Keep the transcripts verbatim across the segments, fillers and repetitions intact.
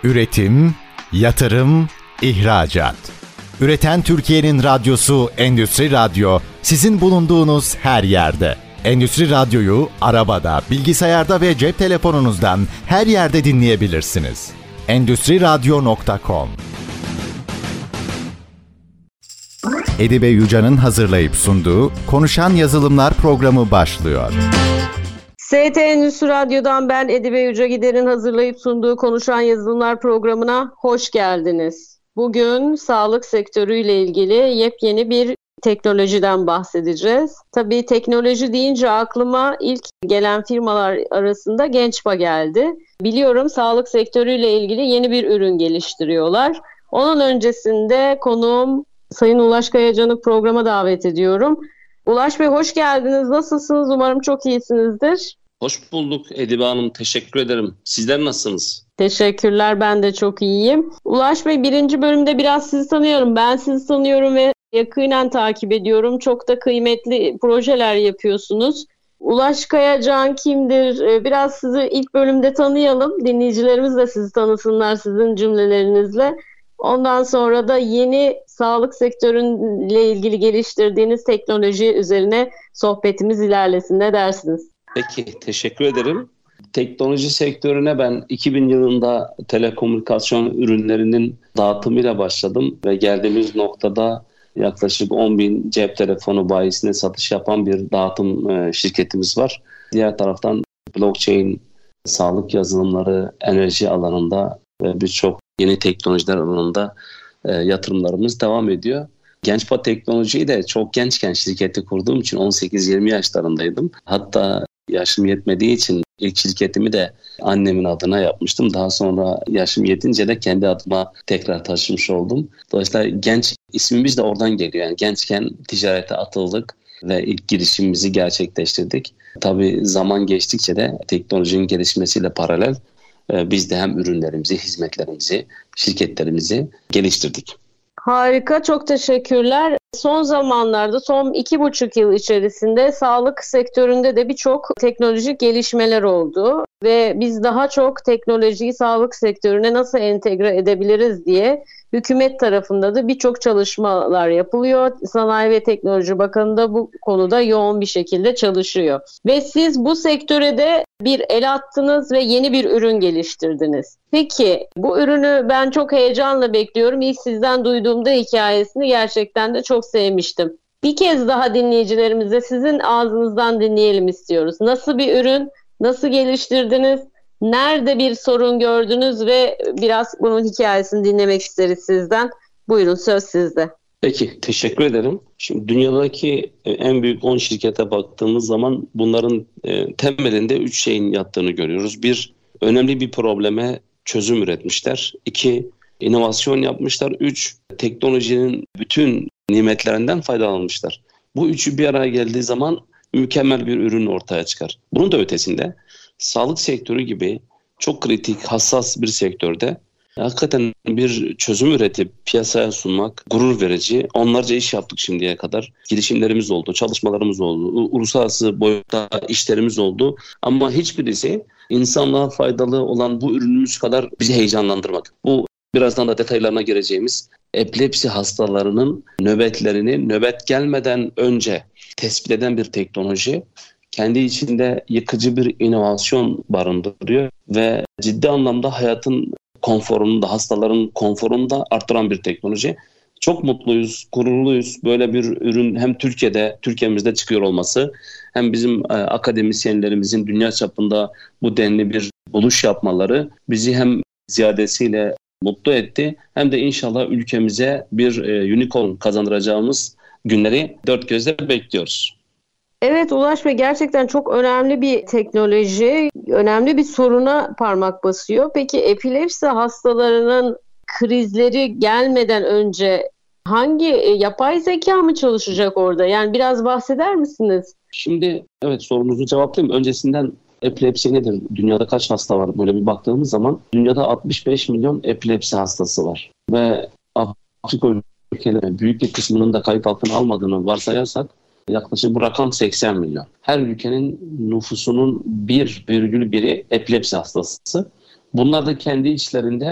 Üretim, yatırım, ihracat. Üreten Türkiye'nin radyosu Endüstri Radyo, sizin bulunduğunuz her yerde. Endüstri Radyo'yu arabada, bilgisayarda ve cep telefonunuzdan her yerde dinleyebilirsiniz. endüstri radyo nokta com. Edibe Yuca'nın hazırlayıp sunduğu Konuşan Yazılımlar programı başlıyor. S T Endüstri Radyo'dan ben Edibe Yuca Gider'in hazırlayıp sunduğu Konuşan Yazılımlar programına hoş geldiniz. Bugün sağlık sektörüyle ilgili yepyeni bir teknolojiden bahsedeceğiz. Tabii teknoloji deyince aklıma ilk gelen firmalar arasında Gençpa geldi. Biliyorum sağlık sektörüyle ilgili yeni bir ürün geliştiriyorlar. Onun öncesinde konuğum Sayın Ulaş Kayacan'ı programa davet ediyorum. Ulaş Bey hoş geldiniz. Nasılsınız? Umarım çok iyisinizdir. Hoş bulduk Edibe Hanım. Teşekkür ederim. Sizler nasılsınız? Teşekkürler. Ben de çok iyiyim. Ulaş Bey birinci bölümde biraz sizi tanıyorum. Ben sizi tanıyorum ve yakinen takip ediyorum. Çok da kıymetli projeler yapıyorsunuz. Ulaş Kayacan kimdir? Biraz sizi ilk bölümde tanıyalım. Dinleyicilerimiz de sizi tanısınlar sizin cümlelerinizle. Ondan sonra da yeni sağlık sektörüyle ilgili geliştirdiğiniz teknoloji üzerine sohbetimiz ilerlesin. Ne dersiniz? Peki, teşekkür ederim. Teknoloji sektörüne ben iki bin yılında telekomünikasyon ürünlerinin dağıtımıyla başladım ve geldiğimiz noktada yaklaşık on bin cep telefonu bayisine satış yapan bir dağıtım şirketimiz var. Diğer taraftan blockchain, sağlık yazılımları, enerji alanında ve birçok yeni teknolojiler alanında e, yatırımlarımız devam ediyor. Gençpa Teknoloji'yi de çok gençken şirketi kurduğum için on sekiz yirmi yaşlarındaydım. Hatta yaşım yetmediği için ilk şirketimi de annemin adına yapmıştım. Daha sonra yaşım yetince de kendi adıma tekrar taşımış oldum. Dolayısıyla genç ismimiz de oradan geliyor. Yani gençken ticarete atıldık ve ilk girişimimizi gerçekleştirdik. Tabii zaman geçtikçe de teknolojinin gelişmesiyle paralel biz de hem ürünlerimizi, hizmetlerimizi, şirketlerimizi geliştirdik. Harika, çok teşekkürler. Son zamanlarda, son iki buçuk yıl içerisinde sağlık sektöründe de birçok teknolojik gelişmeler oldu. Ve biz daha çok teknolojiyi sağlık sektörüne nasıl entegre edebiliriz diye hükümet tarafında da birçok çalışmalar yapılıyor. Sanayi ve Teknoloji Bakanı da bu konuda yoğun bir şekilde çalışıyor. Ve siz bu sektöre de bir el attınız ve yeni bir ürün geliştirdiniz. Peki bu ürünü ben çok heyecanla bekliyorum. İlk sizden duyduğumda hikayesini gerçekten de çok sevmiştim. Bir kez daha dinleyicilerimize sizin ağzınızdan dinleyelim istiyoruz. Nasıl bir ürün, nasıl geliştirdiniz, nerede bir sorun gördünüz ve biraz bunun hikayesini dinlemek isteriz sizden. Buyurun, söz sizde. Peki, teşekkür ederim. Şimdi dünyadaki en büyük on şirkete baktığımız zaman bunların temelinde üç şeyin yattığını görüyoruz. Bir, önemli bir probleme çözüm üretmişler. İki, inovasyon yapmışlar. Üç, teknolojinin bütün nimetlerinden faydalanmışlar. Bu üçü bir araya geldiği zaman mükemmel bir ürün ortaya çıkar. Bunun da ötesinde sağlık sektörü gibi çok kritik, hassas bir sektörde hakikaten bir çözüm üretip piyasaya sunmak gurur verici. Onlarca iş yaptık şimdiye kadar. Girişimlerimiz oldu, çalışmalarımız oldu, uluslararası boyutta işlerimiz oldu. Ama hiçbirisi insanlığa faydalı olan bu ürünümüz kadar bizi heyecanlandırmadı. Bu birazdan da detaylarına gireceğimiz epilepsi hastalarının nöbetlerini nöbet gelmeden önce tespit eden bir teknoloji. Kendi içinde yıkıcı bir inovasyon barındırıyor ve ciddi anlamda hayatın konforunu da, hastaların konforunu da arttıran bir teknoloji. Çok mutluyuz, gururluyuz. Böyle bir ürün hem Türkiye'de, Türkiye'mizde çıkıyor olması, hem bizim e, akademisyenlerimizin dünya çapında bu denli bir buluş yapmaları bizi hem ziyadesiyle mutlu etti, hem de inşallah ülkemize bir e, unicorn kazandıracağımız günleri dört gözle bekliyoruz. Evet Ulaş Bey, gerçekten çok önemli bir teknoloji, önemli bir soruna parmak basıyor. Peki epilepsi hastalarının krizleri gelmeden önce hangi yapay zeka mı çalışacak orada? Yani biraz bahseder misiniz? Şimdi evet, sorunuzu cevaplayayım. Öncesinden epilepsi nedir? Dünyada kaç hasta var? Böyle bir baktığımız zaman dünyada altmış beş milyon epilepsi hastası var. Ve Afrika ülkeleri büyük bir kısmının da kayıp altına almadığını varsayarsak yaklaşık bu rakam seksen milyon. Her ülkenin nüfusunun bir virgül biri epilepsi hastası. Bunlar da kendi içlerinde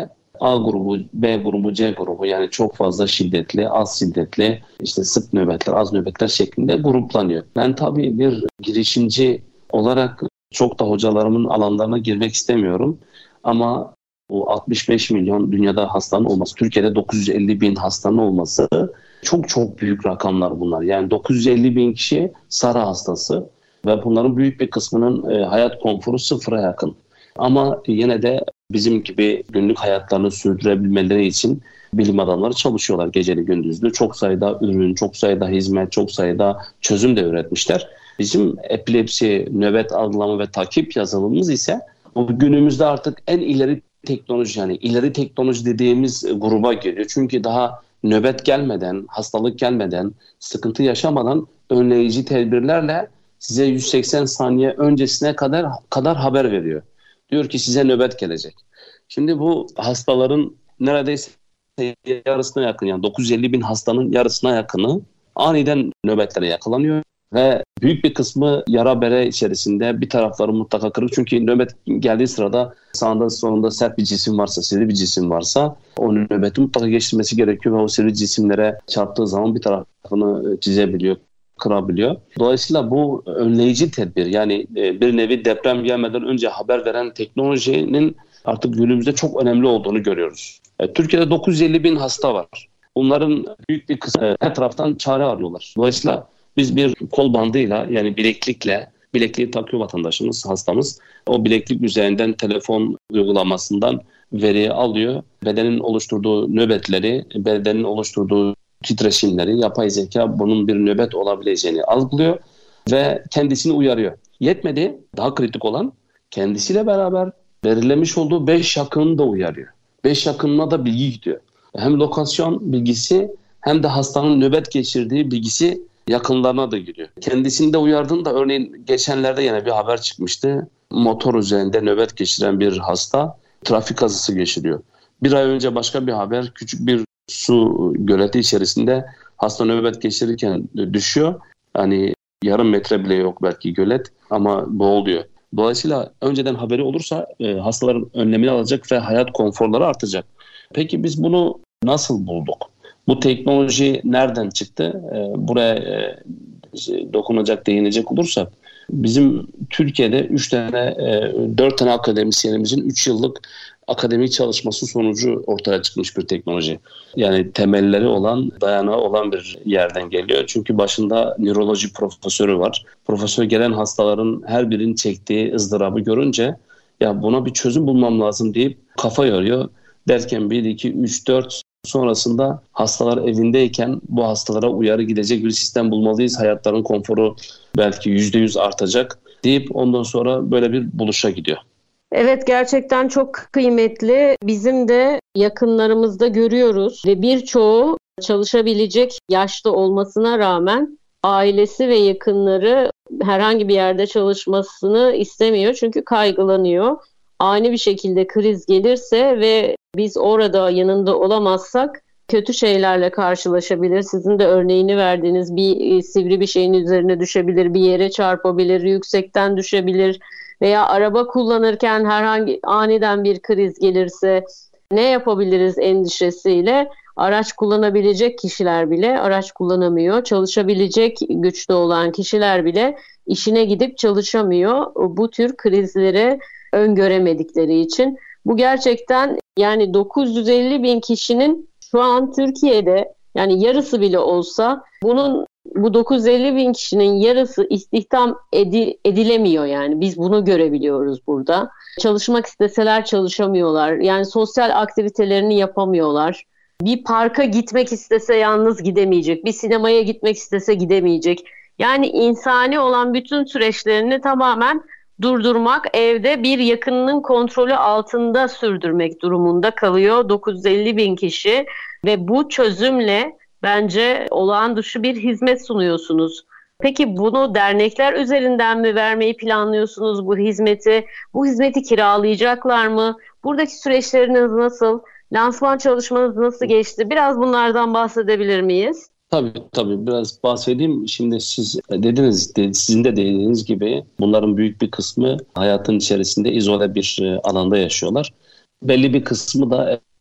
A grubu, B grubu, C grubu, yani çok fazla şiddetli, az şiddetli, işte sık nöbetler, az nöbetler şeklinde gruplanıyor. Ben tabii bir girişimci olarak çok da hocalarımın alanlarına girmek istemiyorum. Ama bu altmış beş milyon dünyada hastanın olması, Türkiye'de dokuz yüz elli bin hastanın olması çok çok büyük rakamlar bunlar. Yani dokuz yüz elli bin kişi sarı hastası ve bunların büyük bir kısmının e, hayat konforu sıfıra yakın. Ama yine de bizim gibi günlük hayatlarını sürdürebilmeleri için bilim adamları çalışıyorlar geceli gündüzlü. Çok sayıda ürün, çok sayıda hizmet, çok sayıda çözüm de üretmişler. Bizim epilepsi, nöbet algılama ve takip yazılımımız ise bu günümüzde artık en ileri teknoloji, yani ileri teknoloji dediğimiz gruba giriyor. Çünkü daha nöbet gelmeden, hastalık gelmeden, sıkıntı yaşamadan önleyici tedbirlerle size yüz seksen saniye öncesine kadar kadar haber veriyor. Diyor ki size nöbet gelecek. Şimdi bu hastaların neredeyse yarısına yakın, yani dokuz yüz elli bin hastanın yarısına yakını aniden nöbetlere yakalanıyor. Ve büyük bir kısmı yara bere içerisinde, bir tarafları mutlaka kırık. Çünkü nöbet geldiği sırada sağında sonunda sert bir cisim varsa, sivri bir cisim varsa o nöbeti mutlaka geçirmesi gerekiyor. Ve o sivri cisimlere çarptığı zaman bir tarafını çizebiliyor, kırabiliyor. Dolayısıyla bu önleyici tedbir, yani bir nevi deprem gelmeden önce haber veren teknolojinin artık günümüzde çok önemli olduğunu görüyoruz. Türkiye'de dokuz yüz elli bin hasta var. Bunların büyük bir kısmı her taraftan çare arıyorlar. Dolayısıyla biz bir kol bandıyla, yani bileklikle, bilekliği takıyor vatandaşımız, hastamız. O bileklik üzerinden telefon uygulamasından veriyi alıyor. Bedenin oluşturduğu nöbetleri, bedenin oluşturduğu titreşimleri, yapay zeka bunun bir nöbet olabileceğini algılıyor ve kendisini uyarıyor. Yetmedi, daha kritik olan kendisiyle beraber belirlemiş olduğu beş yakınını da uyarıyor. beş yakınına da bilgi gidiyor. Hem lokasyon bilgisi hem de hastanın nöbet geçirdiği bilgisi yakınlarına da gidiyor. Kendisini de uyardığında, örneğin geçenlerde yine bir haber çıkmıştı. Motor üzerinde nöbet geçiren bir hasta trafik kazası geçiriyor. Bir ay önce başka bir haber, küçük bir su göleti içerisinde hasta nöbet geçirirken düşüyor. Hani yarım metre bile yok belki gölet ama boğuluyor. Dolayısıyla önceden haberi olursa e, hastaların önlemini alacak ve hayat konforları artacak. Peki biz bunu nasıl bulduk? Bu teknoloji nereden çıktı? E, buraya e, dokunacak, değinecek olursak, bizim Türkiye'de üç tane, e, dört tane akademisyenimizin üç yıllık akademik çalışması sonucu ortaya çıkmış bir teknoloji. Yani temelleri olan, dayanağı olan bir yerden geliyor. Çünkü başında nöroloji profesörü var. Profesör gelen hastaların her birinin çektiği ızdırabı görünce ya buna bir çözüm bulmam lazım deyip kafa yoruyor. Derken bir, iki, üç, dört sonrasında hastalar evindeyken bu hastalara uyarı gidecek bir sistem bulmalıyız. Hayatların konforu belki yüzde yüz artacak deyip ondan sonra böyle bir buluşa gidiyor. Evet, gerçekten çok kıymetli. Bizim de yakınlarımızda görüyoruz ve birçoğu çalışabilecek yaşta olmasına rağmen ailesi ve yakınları herhangi bir yerde çalışmasını istemiyor. Çünkü kaygılanıyor. Ani bir şekilde kriz gelirse ve biz orada yanında olamazsak kötü şeylerle karşılaşabilir. Sizin de örneğini verdiğiniz bir sivri bir şeyin üzerine düşebilir, bir yere çarpabilir, yüksekten düşebilir. Veya araba kullanırken herhangi aniden bir kriz gelirse ne yapabiliriz endişesiyle araç kullanabilecek kişiler bile araç kullanamıyor. Çalışabilecek güçte olan kişiler bile işine gidip çalışamıyor. Bu tür krizlere öngöremedikleri için. Bu gerçekten, yani dokuz yüz elli bin kişinin şu an Türkiye'de, yani yarısı bile olsa bunun bu dokuz yüz elli bin kişinin yarısı istihdam edi, edilemiyor yani. Biz bunu görebiliyoruz burada. Çalışmak isteseler çalışamıyorlar. Yani sosyal aktivitelerini yapamıyorlar. Bir parka gitmek istese yalnız gidemeyecek. Bir sinemaya gitmek istese gidemeyecek. Yani insani olan bütün süreçlerini tamamen durdurmak, evde bir yakınının kontrolü altında sürdürmek durumunda kalıyor dokuz yüz elli bin kişi ve bu çözümle bence olağan dışı bir hizmet sunuyorsunuz. Peki bunu dernekler üzerinden mi vermeyi planlıyorsunuz bu hizmeti? Bu hizmeti kiralayacaklar mı? Buradaki süreçleriniz nasıl? Lansman çalışmanız nasıl geçti? Biraz bunlardan bahsedebilir miyiz? Tabii tabii biraz bahsedeyim. Şimdi siz dediniz, sizin de dediğiniz gibi bunların büyük bir kısmı hayatın içerisinde izole bir alanda yaşıyorlar. Belli bir kısmı da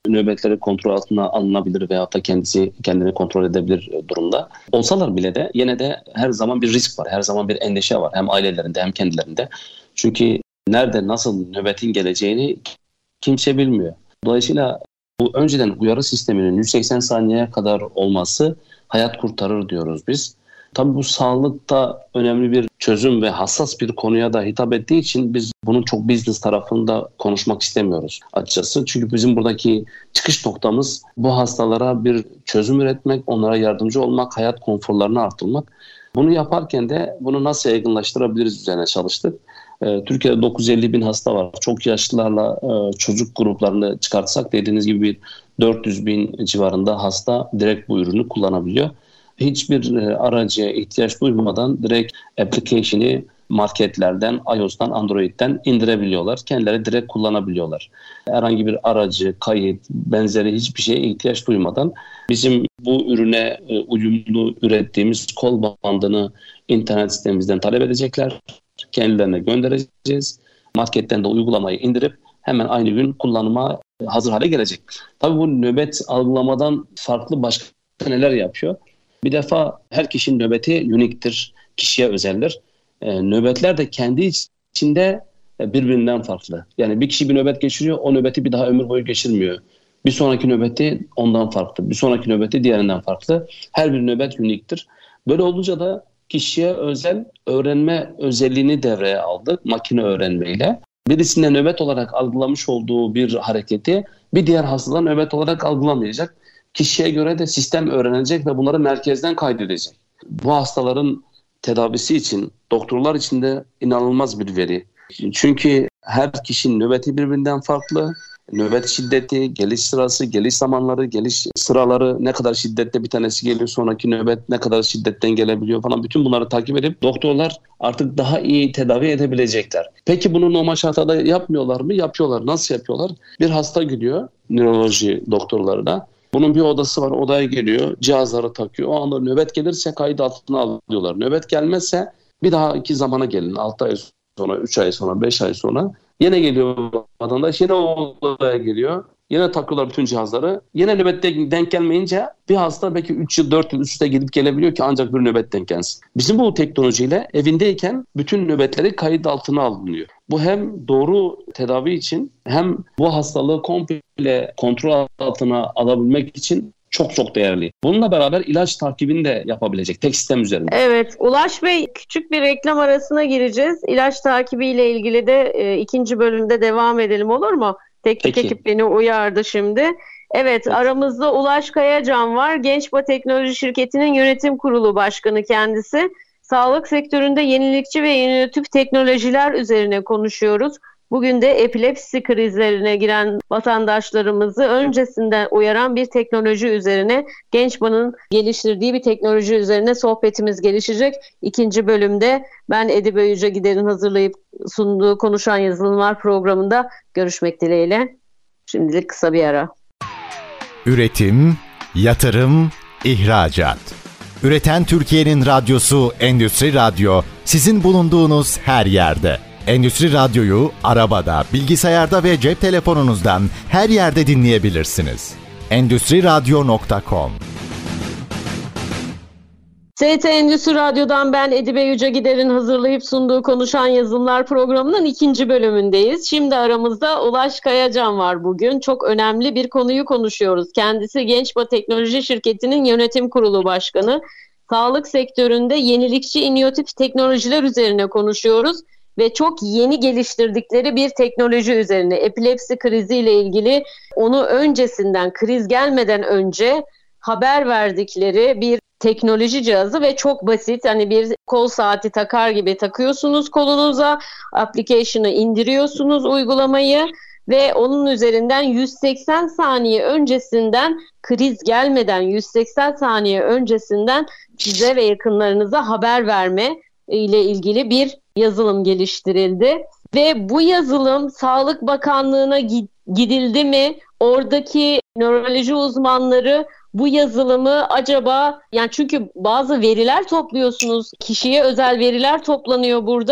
nöbetleri kontrol altına alınabilir veyahut da kendisi kendini kontrol edebilir durumda. Olsalar bile de yine de her zaman bir risk var, her zaman bir endişe var. Hem ailelerinde hem kendilerinde. Çünkü nerede nasıl nöbetin geleceğini kimse bilmiyor. Dolayısıyla bu önceden uyarı sisteminin yüz seksen saniyeye kadar olması hayat kurtarır diyoruz biz. Tabii bu sağlıkta önemli bir çözüm ve hassas bir konuya da hitap ettiği için biz bunun çok business tarafında konuşmak istemiyoruz açıkçası. Çünkü bizim buradaki çıkış noktamız bu hastalara bir çözüm üretmek, onlara yardımcı olmak, hayat konforlarını artırmak. Bunu yaparken de bunu nasıl yaygınlaştırabiliriz üzerine çalıştık. Türkiye'de dokuz yüz elli bin hasta var. Çok yaşlılarla çocuk gruplarını çıkartsak dediğiniz gibi bir dört yüz bin civarında hasta direkt bu ürünü kullanabiliyor. Hiçbir aracıya ihtiyaç duymadan direkt application'ı marketlerden, iOS'tan, Android'den indirebiliyorlar. Kendileri direkt kullanabiliyorlar. Herhangi bir aracı, kayıt, benzeri hiçbir şeye ihtiyaç duymadan bizim bu ürüne uyumlu ürettiğimiz kol bandını internet sitemizden talep edecekler. Kendilerine göndereceğiz. Marketten de uygulamayı indirip hemen aynı gün kullanıma hazır hale gelecek. Tabii bu nöbet algılamadan farklı başka neler yapıyor? Bir defa her kişinin nöbeti uniktir, kişiye özeldir. E, nöbetler de kendi içinde birbirinden farklı. Yani bir kişi bir nöbet geçiriyor, o nöbeti bir daha ömür boyu geçirmiyor. Bir sonraki nöbeti ondan farklı, bir sonraki nöbeti diğerinden farklı. Her bir nöbet uniktir. Böyle olunca da kişiye özel öğrenme özelliğini devreye aldık makine öğrenmeyle. Birisine nöbet olarak algılamış olduğu bir hareketi bir diğer hastada nöbet olarak algılamayacak. Kişiye göre de sistem öğrenecek ve bunları merkezden kaydedecek. Bu hastaların tedavisi için doktorlar için de inanılmaz bir veri. Çünkü her kişinin nöbeti birbirinden farklı. Nöbet şiddeti, geliş sırası, geliş zamanları, geliş sıraları ne kadar şiddette bir tanesi geliyor, sonraki nöbet ne kadar şiddetten gelebiliyor falan. Bütün bunları takip edip doktorlar artık daha iyi tedavi edebilecekler. Peki bunu normal şartlarda yapmıyorlar mı? Yapıyorlar. Nasıl yapıyorlar? Bir hasta gidiyor nöroloji doktorlarına. Bunun bir odası var, odaya geliyor, cihazları takıyor. O anda nöbet gelirse kayıt altına alıyorlar. Nöbet gelmezse bir daha iki zamana gelin. altı ay sonra, üç ay sonra, beş ay sonra. Yine geliyor vatandaş, yine o odaya geliyor. Yine takıyorlar bütün cihazları. Yine nöbette denk gelmeyince bir hasta belki üç yıl, dört yıl üst üste gidip gelebiliyor ki ancak bir nöbet denk gelsin. Bizim bu teknolojiyle evindeyken bütün nöbetleri kayıt altına alınıyor. Bu hem doğru tedavi için hem bu hastalığı komple kontrol altına alabilmek için çok çok değerli. Bununla beraber ilaç takibini de yapabilecek tek sistem üzerinde. Evet, Ulaş Bey, küçük bir reklam arasına gireceğiz. İlaç takibiyle ilgili de e, ikinci bölümde devam edelim, olur mu? Teknik Peki. ekip beni uyardı şimdi. Evet, evet, aramızda Ulaş Kayacan var. Gençba Teknoloji Şirketi'nin yönetim kurulu başkanı kendisi. Sağlık sektöründe yenilikçi ve inovatif teknolojiler üzerine konuşuyoruz. Bugün de epilepsi krizlerine giren vatandaşlarımızı öncesinden uyaran bir teknoloji üzerine, Gençba'nın geliştirdiği bir teknoloji üzerine sohbetimiz gelişecek. İkinci bölümde ben Edibe Yüce Gider'in hazırlayıp sunduğu Konuşan Yazılımlar programında görüşmek dileğiyle. Şimdilik kısa bir ara. Üretim, yatırım, ihracat. Üreten Türkiye'nin radyosu Endüstri Radyo, sizin bulunduğunuz her yerde. Endüstri Radyo'yu arabada, bilgisayarda ve cep telefonunuzdan her yerde dinleyebilirsiniz. endüstri radyo nokta com. S T Endüstri Radyo'dan ben Edibe Yüce Gider'in hazırlayıp sunduğu Konuşan Yazılımlar programının ikinci bölümündeyiz. Şimdi aramızda Ulaş Kayacan var bugün. Çok önemli bir konuyu konuşuyoruz. Kendisi Gençba Teknoloji Şirketi'nin yönetim kurulu başkanı. Sağlık sektöründe yenilikçi, inovatif teknolojiler üzerine konuşuyoruz. Ve çok yeni geliştirdikleri bir teknoloji üzerine, epilepsi kriziyle ilgili onu öncesinden, kriz gelmeden önce haber verdikleri bir teknoloji cihazı ve çok basit, hani bir kol saati takar gibi takıyorsunuz kolunuza, application'ı indiriyorsunuz, uygulamayı ve onun üzerinden yüz seksen saniye öncesinden, kriz gelmeden yüz seksen saniye öncesinden size ve yakınlarınıza haber verme ile ilgili bir yazılım geliştirildi. Ve bu yazılım Sağlık Bakanlığı'na gidildi mi? Oradaki nöroloji uzmanları bu yazılımı acaba, yani çünkü bazı veriler topluyorsunuz, kişiye özel veriler toplanıyor burada.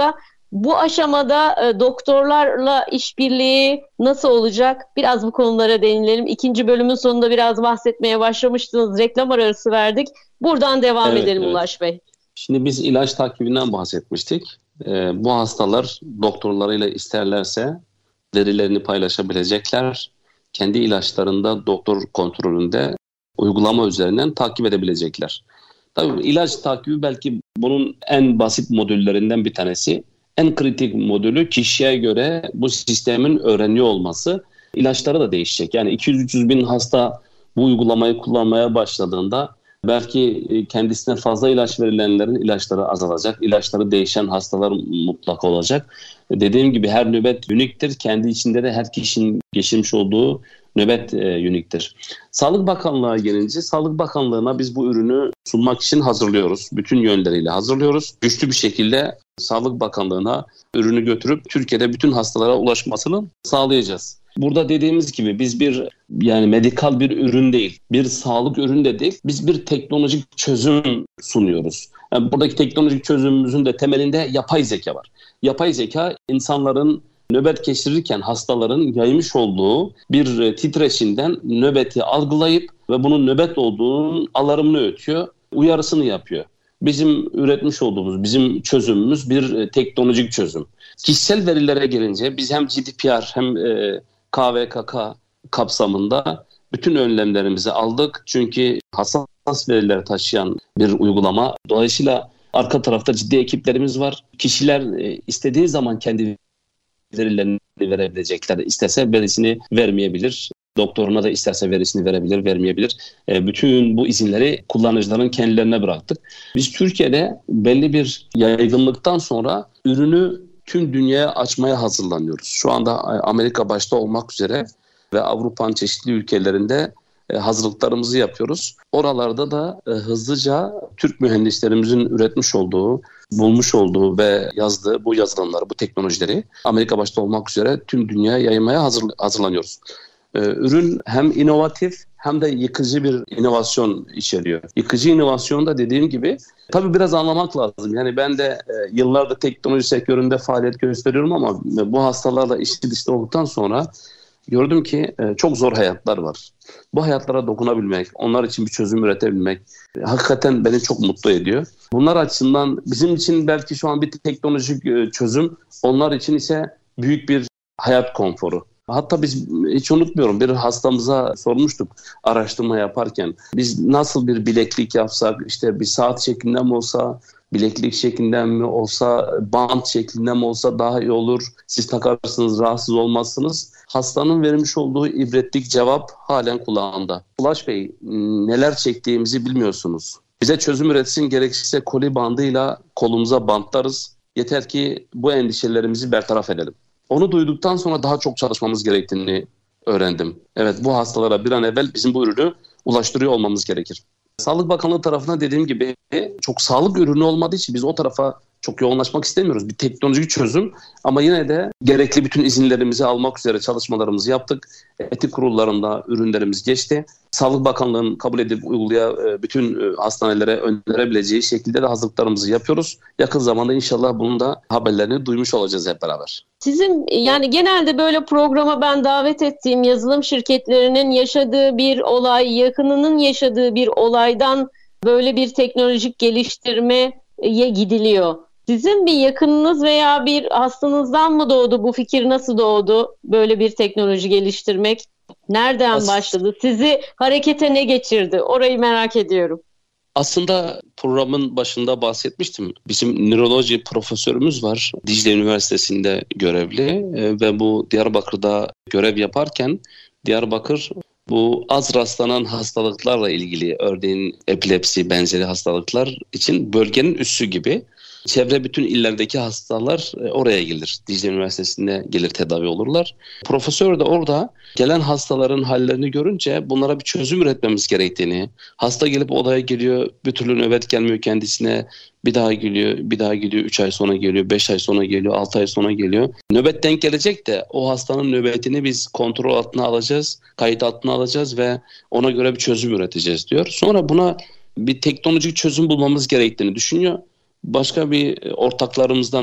Bu aşamada e, doktorlarla işbirliği nasıl olacak? Biraz bu konulara değinelim. İkinci bölümün sonunda biraz bahsetmeye başlamıştınız. Reklam arası verdik. Buradan devam Evet, edelim evet. Ulaş Bey. Şimdi biz ilaç takibinden bahsetmiştik. Ee, bu hastalar doktorlarıyla isterlerse verilerini paylaşabilecekler. Kendi ilaçlarında doktor kontrolünde uygulama üzerinden takip edebilecekler. Tabii ilaç takibi belki bunun en basit modüllerinden bir tanesi. En kritik modülü kişiye göre bu sistemin öğreniyor olması. İlaçları da değişecek. Yani iki yüz üç yüz bin hasta bu uygulamayı kullanmaya başladığında belki kendisine fazla ilaç verilenlerin ilaçları azalacak. İlaçları değişen hastalar mutlaka olacak. Dediğim gibi her nöbet uniktir. Kendi içinde de her kişinin geçirmiş olduğu nöbet e, uniktir. Sağlık Bakanlığı'na gelince Sağlık Bakanlığı'na biz bu ürünü sunmak için hazırlıyoruz. Bütün yönleriyle hazırlıyoruz. Güçlü bir şekilde Sağlık Bakanlığı'na ürünü götürüp Türkiye'de bütün hastalara ulaşmasını sağlayacağız. Burada dediğimiz gibi biz bir yani medikal bir ürün değil, bir sağlık ürünü de değil, biz bir teknolojik çözüm sunuyoruz. Yani buradaki teknolojik çözümümüzün de temelinde yapay zeka var. Yapay zeka insanların nöbet geçirirken hastaların yaymış olduğu bir titreşimden nöbeti algılayıp ve bunun nöbet olduğunun alarmını ötüyor, uyarısını yapıyor. Bizim üretmiş olduğumuz, bizim çözümümüz bir teknolojik çözüm. Kişisel verilere gelince biz hem G D P R hem e, K V K K kapsamında bütün önlemlerimizi aldık. Çünkü hassas veriler taşıyan bir uygulama. Dolayısıyla arka tarafta ciddi ekiplerimiz var. Kişiler e, istediği zaman kendi verilerini verebilecekler. İstese verisini vermeyebilir. Doktoruna da isterse verisini verebilir, vermeyebilir. E, bütün bu izinleri kullanıcıların kendilerine bıraktık. Biz Türkiye'de belli bir yaygınlıktan sonra ürünü tüm dünyaya açmaya hazırlanıyoruz. Şu anda Amerika başta olmak üzere ve Avrupa'nın çeşitli ülkelerinde e, hazırlıklarımızı yapıyoruz. Oralarda da e, hızlıca Türk mühendislerimizin üretmiş olduğu, bulmuş olduğu ve yazdığı bu yazılımları, bu teknolojileri Amerika başta olmak üzere tüm dünyaya yaymaya hazır, hazırlanıyoruz. Ee, ürün hem inovatif hem de yıkıcı bir inovasyon içeriyor. Yıkıcı inovasyon da dediğim gibi tabii biraz anlamak lazım. Yani ben de e, yıllardır teknoloji sektöründe faaliyet gösteriyorum ama bu hastalarla içli dışlı olduktan sonra gördüm ki e, çok zor hayatlar var. Bu hayatlara dokunabilmek, onlar için bir çözüm üretebilmek e, hakikaten beni çok mutlu ediyor. Bunlar açısından bizim için belki şu an bir teknolojik e, çözüm, onlar için ise büyük bir hayat konforu. Hatta biz hiç unutmuyorum bir hastamıza sormuştuk araştırma yaparken. Biz nasıl bir bileklik yapsak, işte bir saat şeklinde mi olsa, bileklik şeklinde mi olsa, bant şeklinde mi olsa daha iyi olur. Siz takarsınız, rahatsız olmazsınız. Hastanın vermiş olduğu ibretlik cevap halen kulağımda. Ulaş Bey, neler çektiğimizi bilmiyorsunuz. Bize çözüm üretsin, gerekirse koli bandıyla kolumuza bantlarız. Yeter ki bu endişelerimizi bertaraf edelim. Onu duyduktan sonra daha çok çalışmamız gerektiğini öğrendim. Evet, bu hastalara bir an evvel bizim bu ürünü ulaştırıyor olmamız gerekir. Sağlık Bakanlığı tarafına dediğim gibi çok sağlık ürünü olmadığı için biz o tarafa çok yoğunlaşmak istemiyoruz. Bir teknolojik çözüm ama yine de gerekli bütün izinlerimizi almak üzere çalışmalarımızı yaptık. Etik kurullarında ürünlerimiz geçti. Sağlık Bakanlığı'nın kabul edip uygulaya bütün hastanelere önerebileceği şekilde de hazırlıklarımızı yapıyoruz. Yakın zamanda inşallah bunun da haberlerini duymuş olacağız hep beraber. Sizin yani genelde böyle programa ben davet ettiğim yazılım şirketlerinin yaşadığı bir olay, yakınının yaşadığı bir olaydan böyle bir teknolojik geliştirmeye gidiliyor. Sizin bir yakınınız veya bir hastanızdan mı doğdu? Bu fikir nasıl doğdu? Böyle bir teknoloji geliştirmek nereden As- başladı? Sizi harekete ne geçirdi? Orayı merak ediyorum. Aslında programın başında bahsetmiştim. Bizim nöroloji profesörümüz var. Dicle Üniversitesi'nde görevli ve bu Diyarbakır'da görev yaparken Diyarbakır bu az rastlanan hastalıklarla ilgili, örneğin epilepsi benzeri hastalıklar için bölgenin üssü gibi. Çevre bütün illerdeki hastalar oraya gelir. Dicle Üniversitesi'nde gelir tedavi olurlar. Profesör de orada gelen hastaların hallerini görünce bunlara bir çözüm üretmemiz gerektiğini, hasta gelip odaya geliyor, bir türlü nöbet gelmiyor kendisine, bir daha geliyor, bir daha geliyor, üç ay sonra geliyor, beş ay sonra geliyor, altı ay sonra geliyor. Nöbet denk gelecek de o hastanın nöbetini biz kontrol altına alacağız, kayıt altına alacağız ve ona göre bir çözüm üreteceğiz diyor. Sonra buna bir teknolojik çözüm bulmamız gerektiğini düşünüyor. Başka bir ortaklarımızdan bu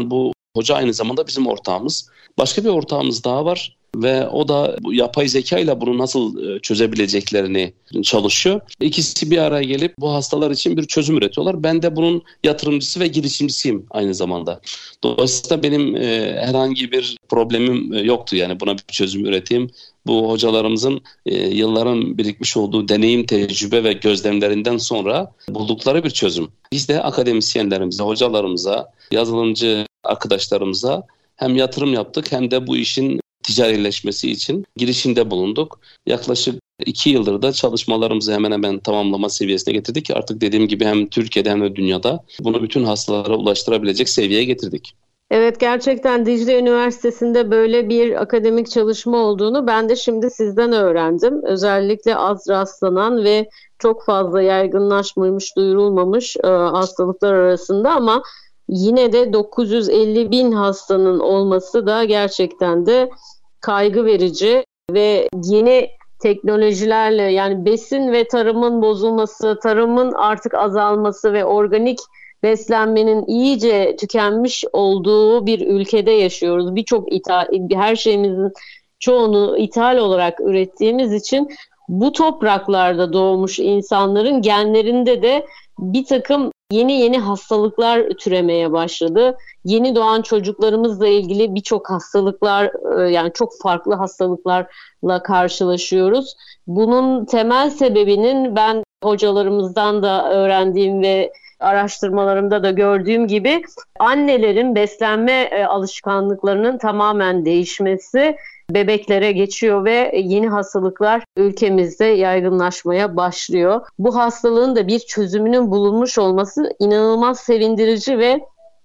Hoca aynı zamanda bizim ortağımız. Başka bir ortağımız daha var ve o da bu yapay zeka ile bunu nasıl çözebileceklerini çalışıyor. İkisi bir araya gelip bu hastalar için bir çözüm üretiyorlar. Ben de bunun yatırımcısı ve girişimcisiyim aynı zamanda. Dolayısıyla benim e, herhangi bir problemim yoktu, yani buna bir çözüm üreteyim. Bu hocalarımızın e, yılların birikmiş olduğu deneyim, tecrübe ve gözlemlerinden sonra buldukları bir çözüm. Biz de akademisyenlerimize, hocalarımıza, yazılımcı arkadaşlarımıza hem yatırım yaptık hem de bu işin ticarileşmesi için girişimde bulunduk. Yaklaşık iki yıldır da çalışmalarımızı hemen hemen tamamlama seviyesine getirdik. Artık dediğim gibi hem Türkiye'de hem de dünyada bunu bütün hastalara ulaştırabilecek seviyeye getirdik. Evet, gerçekten Dicle Üniversitesi'nde böyle bir akademik çalışma olduğunu ben de şimdi sizden öğrendim. Özellikle az rastlanan ve çok fazla yaygınlaşmamış, duyurulmamış e, hastalıklar arasında, ama yine de dokuz yüz elli bin hastanın olması da gerçekten de kaygı verici ve yeni teknolojilerle, yani besin ve tarımın bozulması, tarımın artık azalması ve organik beslenmenin iyice tükenmiş olduğu bir ülkede yaşıyoruz. Birçok ithal, her şeyimizin çoğunu ithal olarak ürettiğimiz için bu topraklarda doğmuş insanların genlerinde de bir takım yeni yeni hastalıklar türemeye başladı. Yeni doğan çocuklarımızla ilgili birçok hastalıklar, yani çok farklı hastalıklarla karşılaşıyoruz. Bunun temel sebebinin ben hocalarımızdan da öğrendiğim ve araştırmalarımda da gördüğüm gibi annelerin beslenme alışkanlıklarının tamamen değişmesi bebeklere geçiyor ve yeni hastalıklar ülkemizde yaygınlaşmaya başlıyor. Bu hastalığın da bir çözümünün bulunmuş olması inanılmaz sevindirici ve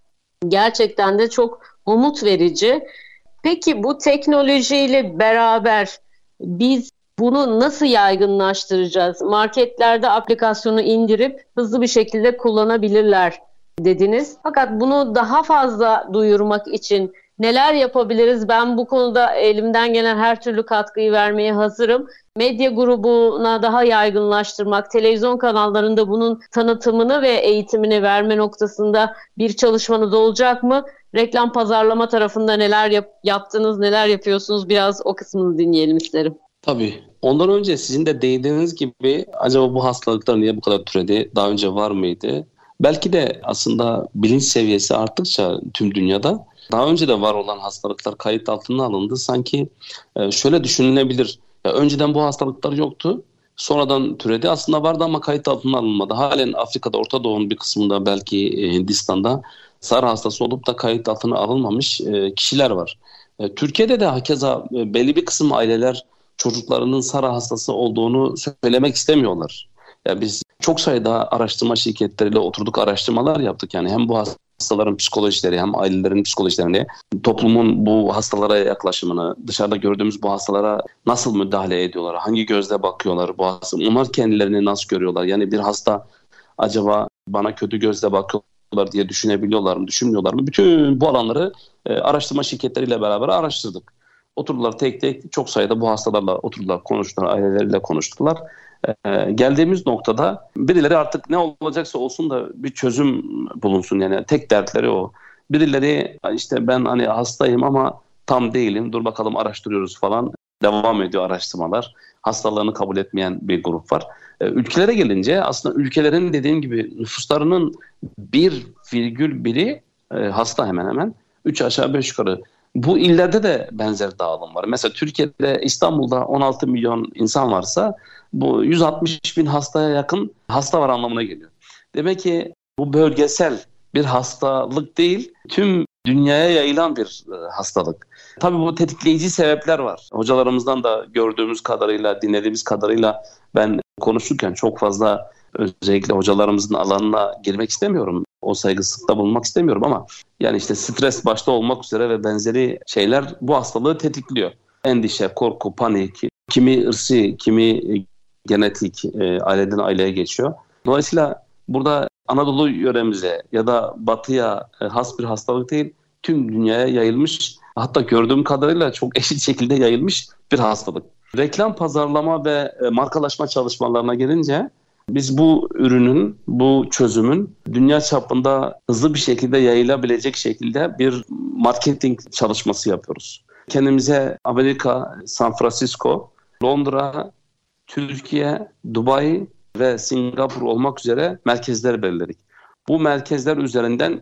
gerçekten de çok umut verici. Peki bu teknolojiyle beraber biz bunu nasıl yaygınlaştıracağız? Marketlerde aplikasyonu indirip hızlı bir şekilde kullanabilirler dediniz. Fakat bunu daha fazla duyurmak için neler yapabiliriz? Ben bu konuda elimden gelen her türlü katkıyı vermeye hazırım. Medya grubuna daha yaygınlaştırmak, televizyon kanallarında bunun tanıtımını ve eğitimini verme noktasında bir çalışmanız olacak mı? Reklam pazarlama tarafında neler yap- yaptınız, neler yapıyorsunuz? Biraz o kısmını dinleyelim isterim. Tabii. Ondan önce sizin de değindiğiniz gibi acaba bu hastalıklar niye bu kadar türedi? Daha önce var mıydı? Belki de aslında bilinç seviyesi arttıkça tüm dünyada daha önce de var olan hastalıklar kayıt altına alındı. Sanki şöyle düşünülebilir. Ya önceden bu hastalıklar yoktu. Sonradan türedi. Aslında vardı ama kayıt altına alınmadı. Halen Afrika'da, Orta Doğu'nun bir kısmında, belki Hindistan'da SARA hastası olup da kayıt altına alınmamış kişiler var. Türkiye'de de hakeza belli bir kısım aileler çocuklarının SARA hastası olduğunu söylemek istemiyorlar. Ya biz çok sayıda araştırma şirketleriyle oturduk, araştırmalar yaptık. Yani hem bu hastaların psikolojileri hem ailelerin psikolojilerini, toplumun bu hastalara yaklaşımını, dışarıda gördüğümüz bu hastalara nasıl müdahale ediyorlar, hangi gözle bakıyorlar bu hasta, onlar kendilerini nasıl görüyorlar? Yani bir hasta acaba bana kötü gözle bakıyorlar diye düşünebiliyorlar mı, düşünmüyorlar mı? Bütün bu alanları e, araştırma şirketleriyle beraber araştırdık. Oturdular tek tek, çok sayıda bu hastalarla oturdular, konuştular, aileleriyle konuştular. Ee, geldiğimiz noktada birileri artık ne olacaksa olsun da bir çözüm bulunsun, yani tek dertleri o. Birileri işte ben hani hastayım ama tam değilim, dur bakalım araştırıyoruz falan, devam ediyor araştırmalar. Hastalığını kabul etmeyen bir grup var. Ee, ülkelere gelince aslında ülkelerin dediğim gibi nüfuslarının bir virgül biri e, hasta hemen hemen. Üç aşağı beş yukarı. Bu illerde de benzer dağılım var. Mesela Türkiye'de, İstanbul'da on altı milyon insan varsa bu yüz altmış bin hastaya yakın hasta var anlamına geliyor. Demek ki bu bölgesel bir hastalık değil, tüm dünyaya yayılan bir hastalık. Tabii bu tetikleyici sebepler var. Hocalarımızdan da gördüğümüz kadarıyla, dinlediğimiz kadarıyla ben konuşurken çok fazla özellikle hocalarımızın alanına girmek istemiyorum. O saygısızlıkta bulunmak istemiyorum ama yani işte stres başta olmak üzere ve benzeri şeyler bu hastalığı tetikliyor. Endişe, korku, panik, kimi ırsi, kimi genetik, e, aileden aileye geçiyor. Dolayısıyla burada Anadolu yöremize ya da batıya e, has bir hastalık değil, tüm dünyaya yayılmış, hatta gördüğüm kadarıyla çok eşit şekilde yayılmış bir hastalık. Reklam, pazarlama ve e, markalaşma çalışmalarına gelince Biz bu ürünün, bu çözümün dünya çapında hızlı bir şekilde yayılabilecek şekilde bir marketing çalışması yapıyoruz. Kendimize Amerika, San Francisco, Londra, Türkiye, Dubai ve Singapur olmak üzere merkezler belirledik. Bu merkezler üzerinden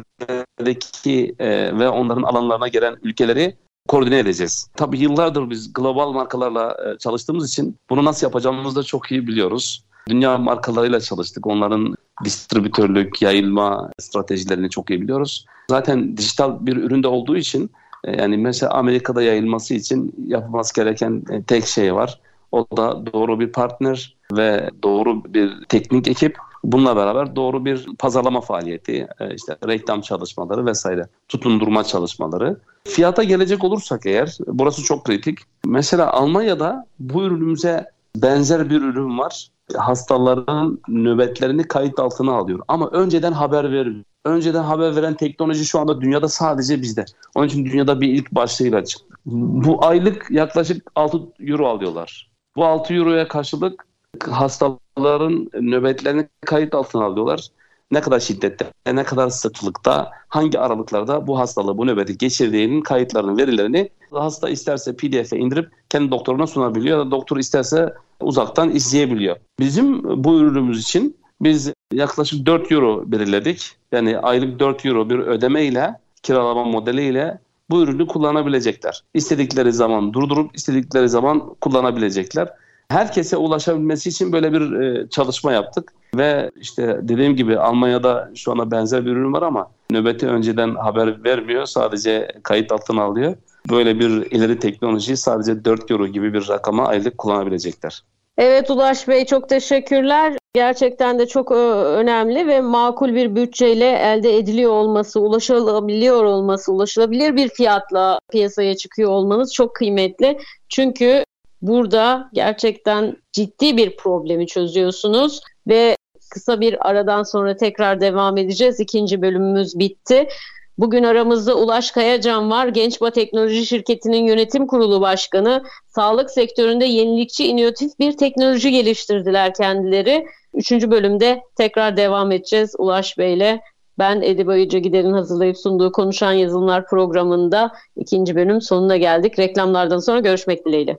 çevredeki e, ve onların alanlarına gelen ülkeleri koordine edeceğiz. Tabii yıllardır biz global markalarla e, çalıştığımız için bunu nasıl yapacağımızı da çok iyi biliyoruz. Dünya markalarıyla çalıştık. Onların distribütörlük, yayılma stratejilerini çok iyi biliyoruz. Zaten dijital bir üründe olduğu için e, yani mesela Amerika'da yayılması için yapılması gereken e, tek şey var. O da doğru bir partner ve doğru bir teknik ekip. Bununla beraber doğru bir pazarlama faaliyeti, işte reklam çalışmaları vesaire, tutundurma çalışmaları. Fiyata gelecek olursak eğer, burası çok kritik. Mesela Almanya'da bu ürünümüze benzer bir ürün var. Hastaların nöbetlerini kayıt altına alıyor. Ama önceden haber vermiyor. Önceden haber veren teknoloji şu anda dünyada sadece bizde. Onun için dünyada bir ilk başlığıyla çıktı. Bu aylık yaklaşık altı euro alıyorlar. Bu altı euroya karşılık hastaların nöbetlerini kayıt altına alıyorlar. Ne kadar şiddette, ne kadar sıklıkta, hangi aralıklarda bu hastalığı, bu nöbeti geçirdiğinin kayıtlarının, verilerini hasta isterse P D F'e indirip kendi doktoruna sunabiliyor ya da doktor isterse uzaktan izleyebiliyor. Bizim bu ürünümüz için biz yaklaşık dört euro belirledik. Yani aylık dört euro bir ödeme ile, kiralama modeliyle bu ürünü kullanabilecekler. İstedikleri zaman durdurup istedikleri zaman kullanabilecekler. Herkese ulaşabilmesi için böyle bir e, çalışma yaptık ve işte dediğim gibi Almanya'da şu anda benzer bir ürün var ama nöbeti önceden haber vermiyor, sadece kayıt altına alıyor. Böyle bir ileri teknolojiyi sadece dört euro gibi bir rakama aylık kullanabilecekler. Evet Ulaş Bey, çok teşekkürler. Gerçekten de çok önemli ve makul bir bütçeyle elde ediliyor olması, ulaşılabiliyor olması, ulaşılabilir bir fiyatla piyasaya çıkıyor olmanız çok kıymetli. Çünkü burada gerçekten ciddi bir problemi çözüyorsunuz ve kısa bir aradan sonra tekrar devam edeceğiz. İkinci bölümümüz bitti. Bugün aramızda Ulaş Kayacan var. Gençba Teknoloji Şirketi'nin yönetim kurulu başkanı. Sağlık sektöründe yenilikçi, inovatif bir teknoloji geliştirdiler kendileri. Üçüncü bölümde tekrar devam edeceğiz Ulaş Bey'le. Ben Edibe Ayıcı Gider'in hazırlayıp sunduğu Konuşan Yazılımlar programında ikinci bölüm sonuna geldik. Reklamlardan sonra görüşmek dileğiyle.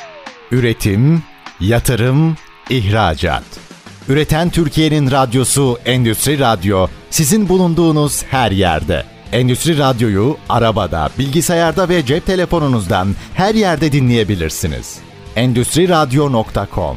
Üretim, yatırım, ihracat. Üreten Türkiye'nin radyosu Endüstri Radyo, sizin bulunduğunuz her yerde. Endüstri Radyo'yu arabada, bilgisayarda ve cep telefonunuzdan her yerde dinleyebilirsiniz. endüstri radyo nokta com.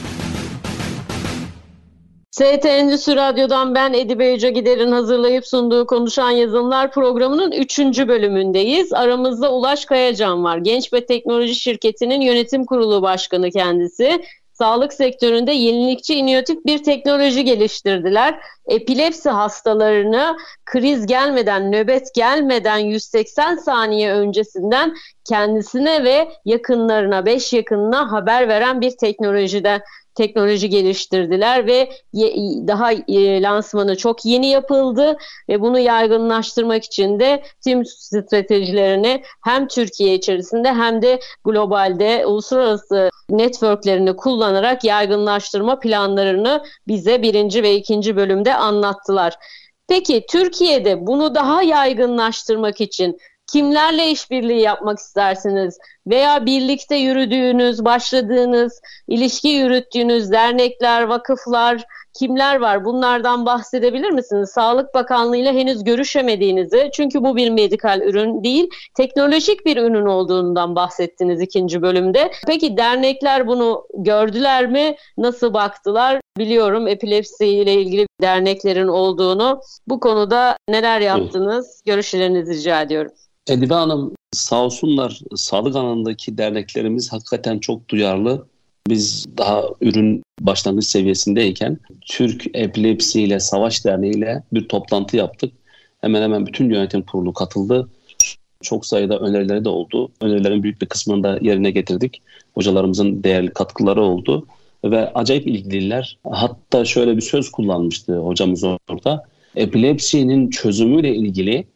S T Endüstri Radyo'dan ben Edibe Ayıcı Gider'in hazırlayıp sunduğu Konuşan Yazılımlar programının üçüncü bölümündeyiz. Aramızda Ulaş Kayacan var. Gençba Teknoloji Şirketi'nin yönetim kurulu başkanı kendisi. Sağlık sektöründe yenilikçi, inovatif bir teknoloji geliştirdiler. Epilepsi hastalarını kriz gelmeden, nöbet gelmeden yüz seksen saniye öncesinden kendisine ve yakınlarına, beş yakınına haber veren bir teknolojide teknoloji geliştirdiler ve daha lansmanı çok yeni yapıldı ve bunu yaygınlaştırmak için de tüm stratejilerini hem Türkiye içerisinde hem de globalde uluslararası networklerini kullanarak yaygınlaştırma planlarını bize birinci ve ikinci bölümde anlattılar. Peki Türkiye'de bunu daha yaygınlaştırmak için kimlerle işbirliği yapmak istersiniz? Veya birlikte yürüdüğünüz, başladığınız, ilişki yürüttüğünüz dernekler, vakıflar kimler var? Bunlardan bahsedebilir misiniz? Sağlık Bakanlığı ile henüz görüşemediğinizi, çünkü bu bir medikal ürün değil, teknolojik bir ürün olduğundan bahsettiniz ikinci bölümde. Peki dernekler bunu gördüler mi? Nasıl baktılar? Biliyorum epilepsi ile ilgili derneklerin olduğunu. Bu konuda neler yaptınız? Görüşlerinizi rica ediyorum. Edibe Hanım, sağ olsunlar, sağlık alanındaki derneklerimiz hakikaten çok duyarlı. Biz daha ürün başlangıç seviyesindeyken Türk Epilepsi ile Savaş Derneği ile bir toplantı yaptık. Hemen hemen bütün yönetim kurulu katıldı. Çok sayıda önerileri de oldu. Önerilerin büyük bir kısmını da yerine getirdik. Hocalarımızın değerli katkıları oldu ve acayip ilgililer. Hatta şöyle bir söz kullanmıştı hocamız orada. Epilepsinin çözümüyle ilgili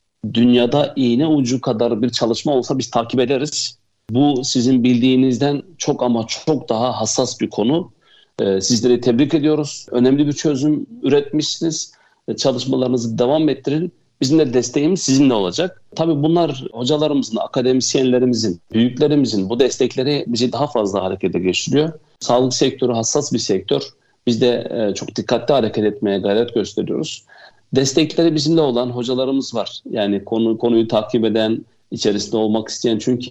dünyada iğne ucu kadar bir çalışma olsa biz takip ederiz. Bu sizin bildiğinizden çok ama çok daha hassas bir konu. E, sizleri tebrik ediyoruz. Önemli bir çözüm üretmişsiniz. E, çalışmalarınızı devam ettirin. Bizim de desteğimiz sizinle olacak. Tabii bunlar hocalarımızın, akademisyenlerimizin, büyüklerimizin bu destekleri bizi daha fazla harekete geçiriyor. Sağlık sektörü hassas bir sektör. Biz de e, çok dikkatli hareket etmeye gayret gösteriyoruz. Destekleri bizimle olan hocalarımız var. Yani konu konuyu takip eden, içerisinde olmak isteyen, çünkü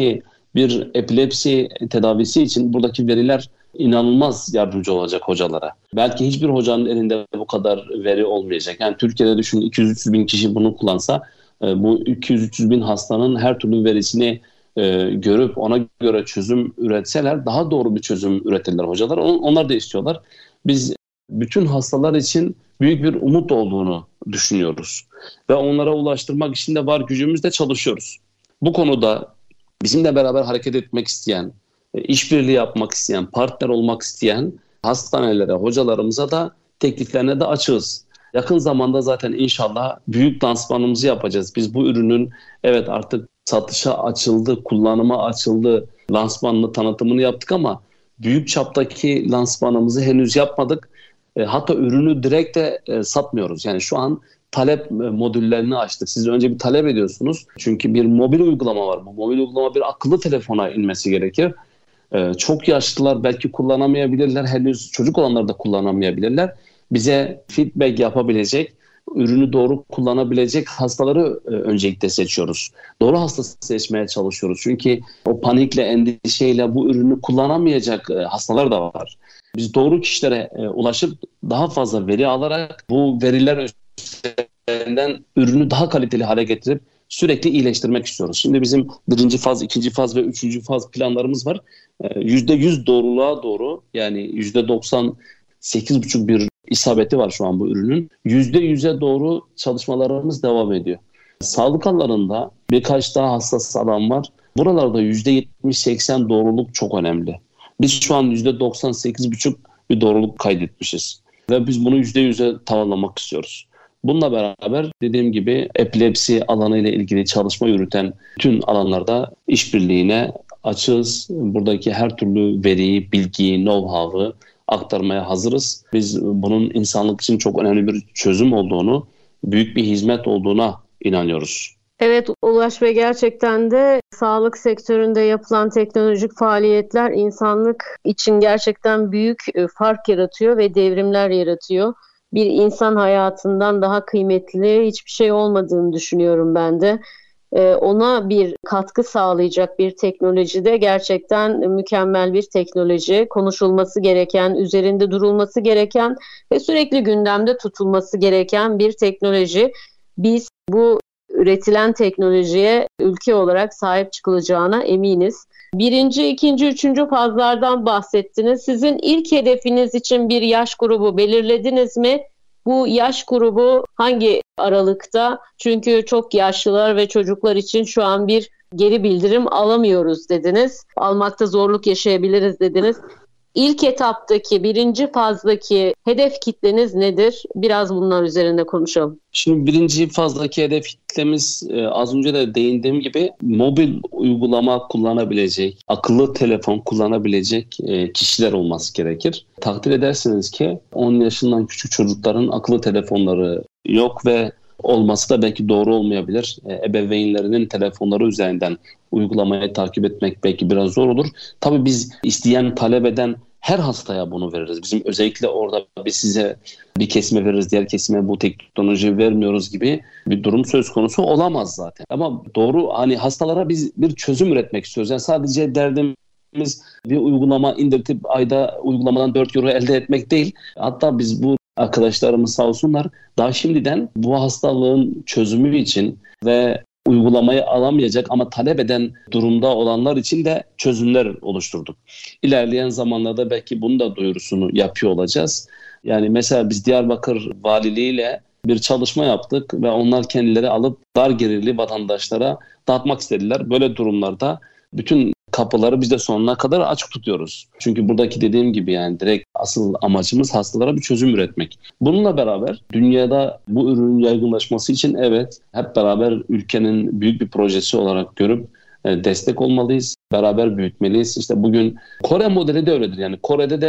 bir epilepsi tedavisi için buradaki veriler inanılmaz yardımcı olacak hocalara. Belki hiçbir hocanın elinde bu kadar veri olmayacak. Yani Türkiye'de düşün iki yüz üç yüz bin kişi bunu kullansa bu iki yüz üç yüz bin hastanın her türlü verisini e, görüp ona göre çözüm üretseler daha doğru bir çözüm üretirler hocalar. Onlar da istiyorlar. Biz bütün hastalar için büyük bir umut olduğunu düşünüyoruz. Ve onlara ulaştırmak için de var gücümüzle çalışıyoruz. Bu konuda bizimle beraber hareket etmek isteyen, işbirliği yapmak isteyen, partner olmak isteyen hastanelere, hocalarımıza da tekliflerine de açığız. Yakın zamanda zaten inşallah büyük lansmanımızı yapacağız. Biz bu ürünün evet artık satışa açıldı, kullanıma açıldı, lansmanını, tanıtımını yaptık ama büyük çaptaki lansmanımızı henüz yapmadık. E, hatta ürünü direkt de e, satmıyoruz. Yani şu an talep modüllerini açtık. Siz önce bir talep ediyorsunuz. Çünkü bir mobil uygulama var. Bu mobil uygulama bir akıllı telefona inmesi gerekir. Ee, çok yaşlılar belki kullanamayabilirler. Henüz çocuk olanlar da kullanamayabilirler. Bize feedback yapabilecek, ürünü doğru kullanabilecek hastaları e, öncelikle seçiyoruz. Doğru hasta seçmeye çalışıyoruz. Çünkü o panikle, endişeyle bu ürünü kullanamayacak e, hastalar da var. Biz doğru kişilere e, ulaşıp daha fazla veri alarak bu veriler üzerinden ürünü daha kaliteli hale getirip sürekli iyileştirmek istiyoruz. Şimdi bizim birinci faz, ikinci faz ve üçüncü faz planlarımız var. yüzde yüz doğruluğa doğru, yani yüzde doksan sekiz buçuk bir isabeti var şu an bu ürünün. yüzde yüze doğru çalışmalarımız devam ediyor. Sağlık alanında birkaç daha hassas alan var. Buralarda yüzde yetmiş seksen doğruluk çok önemli. Biz şu an yüzde doksan sekiz buçuk bir doğruluk kaydetmişiz. Ve biz bunu yüzde yüze tamamlamak istiyoruz. Bununla beraber dediğim gibi epilepsi alanıyla ilgili çalışma yürüten tüm alanlarda işbirliğine açığız. Buradaki her türlü veriyi, bilgiyi, know-how'ı aktarmaya hazırız. Biz bunun insanlık için çok önemli bir çözüm olduğunu, büyük bir hizmet olduğuna inanıyoruz. Evet Ulaş Bey, gerçekten de sağlık sektöründe yapılan teknolojik faaliyetler insanlık için gerçekten büyük fark yaratıyor ve devrimler yaratıyor. Bir insan hayatından daha kıymetli hiçbir şey olmadığını düşünüyorum ben de. Ee, ona bir katkı sağlayacak bir teknoloji de gerçekten mükemmel bir teknoloji. Konuşulması gereken, üzerinde durulması gereken ve sürekli gündemde tutulması gereken bir teknoloji. Biz bu üretilen teknolojiye ülke olarak sahip çıkılacağına eminiz. Birinci, ikinci, üçüncü fazlardan bahsettiniz. Sizin ilk hedefiniz için bir yaş grubu belirlediniz mi? Bu yaş grubu hangi aralıkta? Çünkü çok yaşlılar ve çocuklar için şu an bir geri bildirim alamıyoruz dediniz. Almakta zorluk yaşayabiliriz dediniz. İlk etaptaki, birinci fazdaki hedef kitleniz nedir? Biraz bunlar üzerinde konuşalım. Şimdi birinci fazdaki hedef kitlemiz e, az önce de değindiğim gibi mobil uygulama kullanabilecek, akıllı telefon kullanabilecek e, kişiler olması gerekir. Takdir edersiniz ki on yaşından küçük çocukların akıllı telefonları yok ve olması da belki doğru olmayabilir. E, ebeveynlerinin telefonları üzerinden uygulamayı takip etmek belki biraz zor olur. Tabii biz isteyen, talep eden her hastaya bunu veririz. Bizim özellikle orada biz size bir kesime veririz, diğer kesime bu teknolojiyi vermiyoruz gibi bir durum söz konusu olamaz zaten. Ama doğru, hani hastalara biz bir çözüm üretmek istiyoruz. Yani sadece derdimiz bir uygulama indirtip ayda uygulamadan dört euro elde etmek değil. Hatta biz bu arkadaşlarımız sağ olsunlar daha şimdiden bu hastalığın çözümü için ve uygulamayı alamayacak ama talep eden durumda olanlar için de çözümler oluşturduk. İlerleyen zamanlarda belki bunu da duyurusunu yapıyor olacağız. Yani mesela biz Diyarbakır Valiliği ile bir çalışma yaptık ve onlar kendileri alıp dar gelirli vatandaşlara dağıtmak istediler. Böyle durumlarda bütün kapıları biz de sonuna kadar açık tutuyoruz. Çünkü buradaki dediğim gibi yani direkt asıl amacımız hastalara bir çözüm üretmek. Bununla beraber dünyada bu ürünün yaygınlaşması için evet hep beraber ülkenin büyük bir projesi olarak görüp destek olmalıyız. Beraber büyütmeliyiz. İşte bugün Kore modeli de öyledir. Yani Kore'de de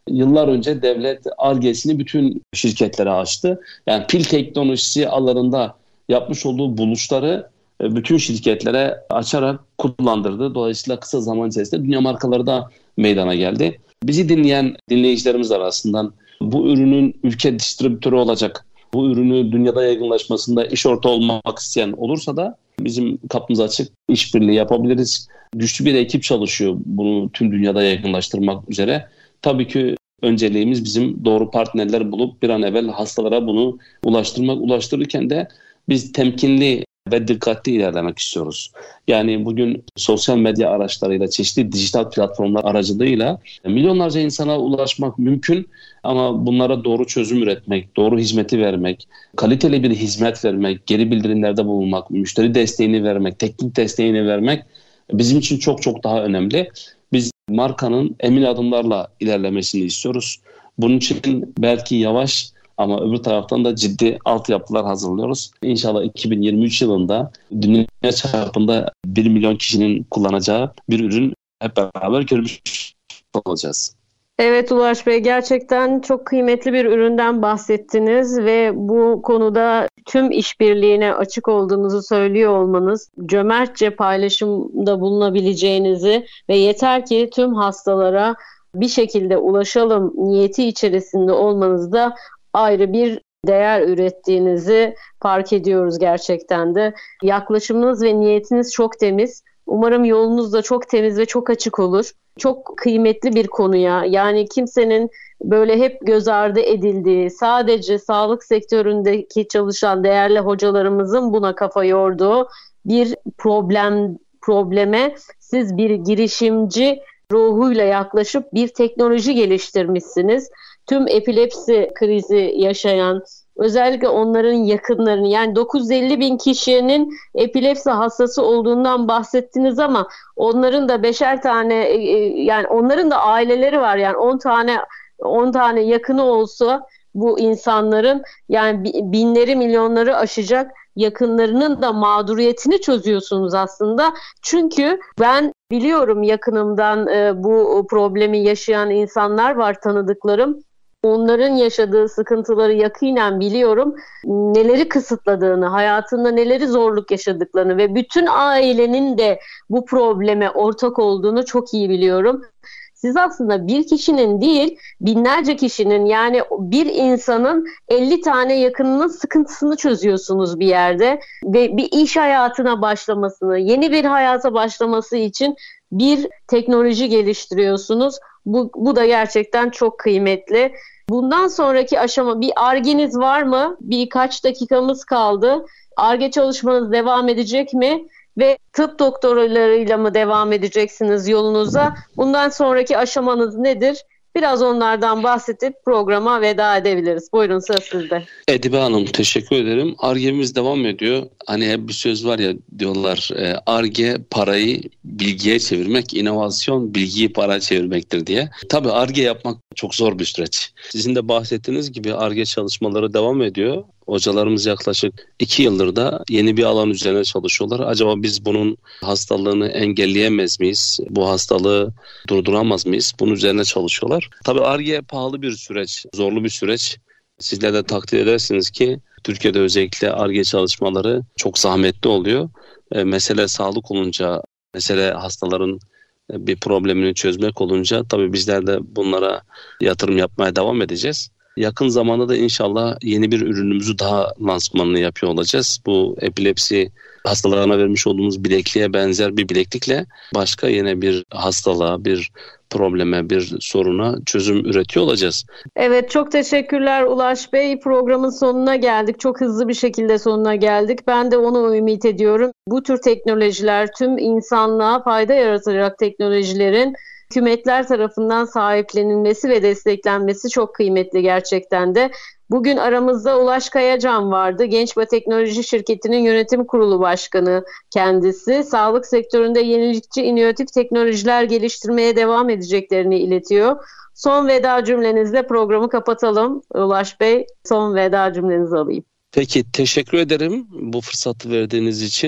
yıllar önce devlet Ar-Ge'sini bütün şirketlere açtı. Yani pil teknolojisi alanında yapmış olduğu buluşları bütün şirketlere açarak kullandırdı. Dolayısıyla kısa zaman içerisinde dünya markaları da meydana geldi. Bizi dinleyen dinleyicilerimiz arasından bu ürünün ülke distribütörü olacak, bu ürünü dünyada yaygınlaşmasında iş ortağı olmak isteyen olursa da bizim kapımız açık, işbirliği yapabiliriz. Güçlü bir ekip çalışıyor bunu tüm dünyada yaygınlaştırmak üzere. Tabii ki önceliğimiz bizim doğru partnerler bulup bir an evvel hastalara bunu ulaştırmak. Ulaştırırken de biz temkinli ve dikkatli ilerlemek istiyoruz. Yani bugün sosyal medya araçlarıyla, çeşitli dijital platformlar aracılığıyla milyonlarca insana ulaşmak mümkün ama bunlara doğru çözüm üretmek, doğru hizmeti vermek, kaliteli bir hizmet vermek, geri bildirimlerde bulunmak, müşteri desteğini vermek, teknik desteğini vermek bizim için çok çok daha önemli. Biz markanın emin adımlarla ilerlemesini istiyoruz. Bunun için belki yavaş ama öbür taraftan da ciddi altyapılar hazırlıyoruz. İnşallah iki bin yirmi üç yılında dünya çapında bir milyon kişinin kullanacağı bir ürün hep beraber görmüş olacağız. Evet Ulaş Bey, gerçekten çok kıymetli bir üründen bahsettiniz ve bu konuda tüm işbirliğine açık olduğunuzu söylüyor olmanız, cömertçe paylaşımda bulunabileceğinizi ve yeter ki tüm hastalara bir şekilde ulaşalım niyeti içerisinde olmanız da ayrı bir değer ürettiğinizi fark ediyoruz gerçekten de. Yaklaşımınız ve niyetiniz çok temiz. Umarım yolunuz da çok temiz ve çok açık olur. Çok kıymetli bir konuya, yani kimsenin böyle hep göz ardı edildiği, sadece sağlık sektöründeki çalışan değerli hocalarımızın buna kafa yorduğu bir problem probleme siz bir girişimci ruhuyla yaklaşıp bir teknoloji geliştirmişsiniz. Tüm epilepsi krizi yaşayan, özellikle onların yakınlarını, yani dokuz yüz elli bin kişinin epilepsi hastası olduğundan bahsettiniz ama onların da beşer tane, yani onların da aileleri var, yani on tane on tane yakını olsa bu insanların, yani binleri milyonları aşacak yakınlarının da mağduriyetini çözüyorsunuz aslında. Çünkü ben biliyorum, yakınımdan bu problemi yaşayan insanlar var, tanıdıklarım. Onların yaşadığı sıkıntıları yakinen biliyorum. Neleri kısıtladığını, hayatında neleri zorluk yaşadıklarını ve bütün ailenin de bu probleme ortak olduğunu çok iyi biliyorum. Siz aslında bir kişinin değil, binlerce kişinin, yani bir insanın elli tane yakınının sıkıntısını çözüyorsunuz bir yerde ve bir iş hayatına başlamasını, yeni bir hayata başlaması için bir teknoloji geliştiriyorsunuz. Bu, bu da gerçekten çok kıymetli. Bundan sonraki aşama, bir Ar-Ge'niz var mı? Birkaç dakikamız kaldı. Ar-Ge çalışmanız devam edecek mi? Ve tıp doktorlarıyla mı devam edeceksiniz yolunuza? Bundan sonraki aşamanız nedir? Biraz onlardan bahsedip programa veda edebiliriz. Buyurun, söz sizde. Edibe Hanım, teşekkür ederim. Ar-Ge'miz devam ediyor. Hani hep bir söz var ya, diyorlar Ar-Ge parayı bilgiye çevirmek, inovasyon bilgiyi paraya çevirmektir diye. Tabii Ar-Ge yapmak çok zor bir süreç. Sizin de bahsettiğiniz gibi Ar-Ge çalışmaları devam ediyor. Hocalarımız yaklaşık iki yıldır da yeni bir alan üzerine çalışıyorlar. Acaba biz bunun hastalığını engelleyemez miyiz? Bu hastalığı durduramaz mıyız? Bunun üzerine çalışıyorlar. Tabii Ar-Ge pahalı bir süreç, zorlu bir süreç. Sizler de takdir edersiniz ki Türkiye'de özellikle Ar-Ge çalışmaları çok zahmetli oluyor. E, mesele sağlık olunca, mesele hastaların bir problemini çözmek olunca tabii bizler de bunlara yatırım yapmaya devam edeceğiz. Yakın zamanda da inşallah yeni bir ürünümüzü daha lansmanını yapıyor olacağız. Bu epilepsi hastalarına vermiş olduğumuz bilekliğe benzer bir bileklikle başka yine bir hastalığa, bir probleme, bir soruna çözüm üretiyor olacağız. Evet, çok teşekkürler Ulaş Bey. Programın sonuna geldik. Çok hızlı bir şekilde sonuna geldik. Ben de onu ümit ediyorum. Bu tür teknolojiler, tüm insanlığa fayda yaratacak teknolojilerin hükümetler tarafından sahiplenilmesi ve desteklenmesi çok kıymetli gerçekten de. Bugün aramızda Ulaş Kayacan vardı. Genç Biyoteknoloji Şirketi'nin yönetim kurulu başkanı kendisi. Sağlık sektöründe yenilikçi, inovatif teknolojiler geliştirmeye devam edeceklerini iletiyor. Son veda cümlenizle programı kapatalım. Ulaş Bey, son veda cümlenizi alayım. Peki, teşekkür ederim bu fırsatı verdiğiniz için.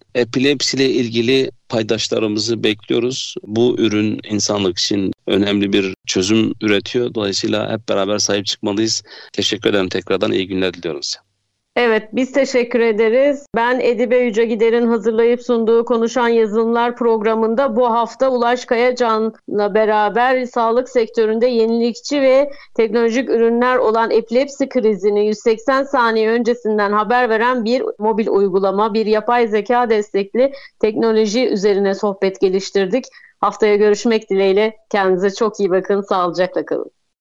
epilepsi ile ilgili paydaşlarımızı bekliyoruz. Bu ürün insanlık için önemli bir çözüm üretiyor. Dolayısıyla hep beraber sahip çıkmalıyız. Teşekkür ederim tekrardan. İyi günler diliyorum size. Evet, biz teşekkür ederiz. Ben Edibe Yüce Gider'in hazırlayıp sunduğu Konuşan Yazılımlar programında bu hafta Ulaş Kayacan'la beraber sağlık sektöründe yenilikçi ve teknolojik ürünler olan epilepsi krizini yüz seksen saniye öncesinden haber veren bir mobil uygulama, bir yapay zeka destekli teknoloji üzerine sohbet geliştirdik. Haftaya görüşmek dileğiyle. Kendinize çok iyi bakın, sağlıcakla kalın.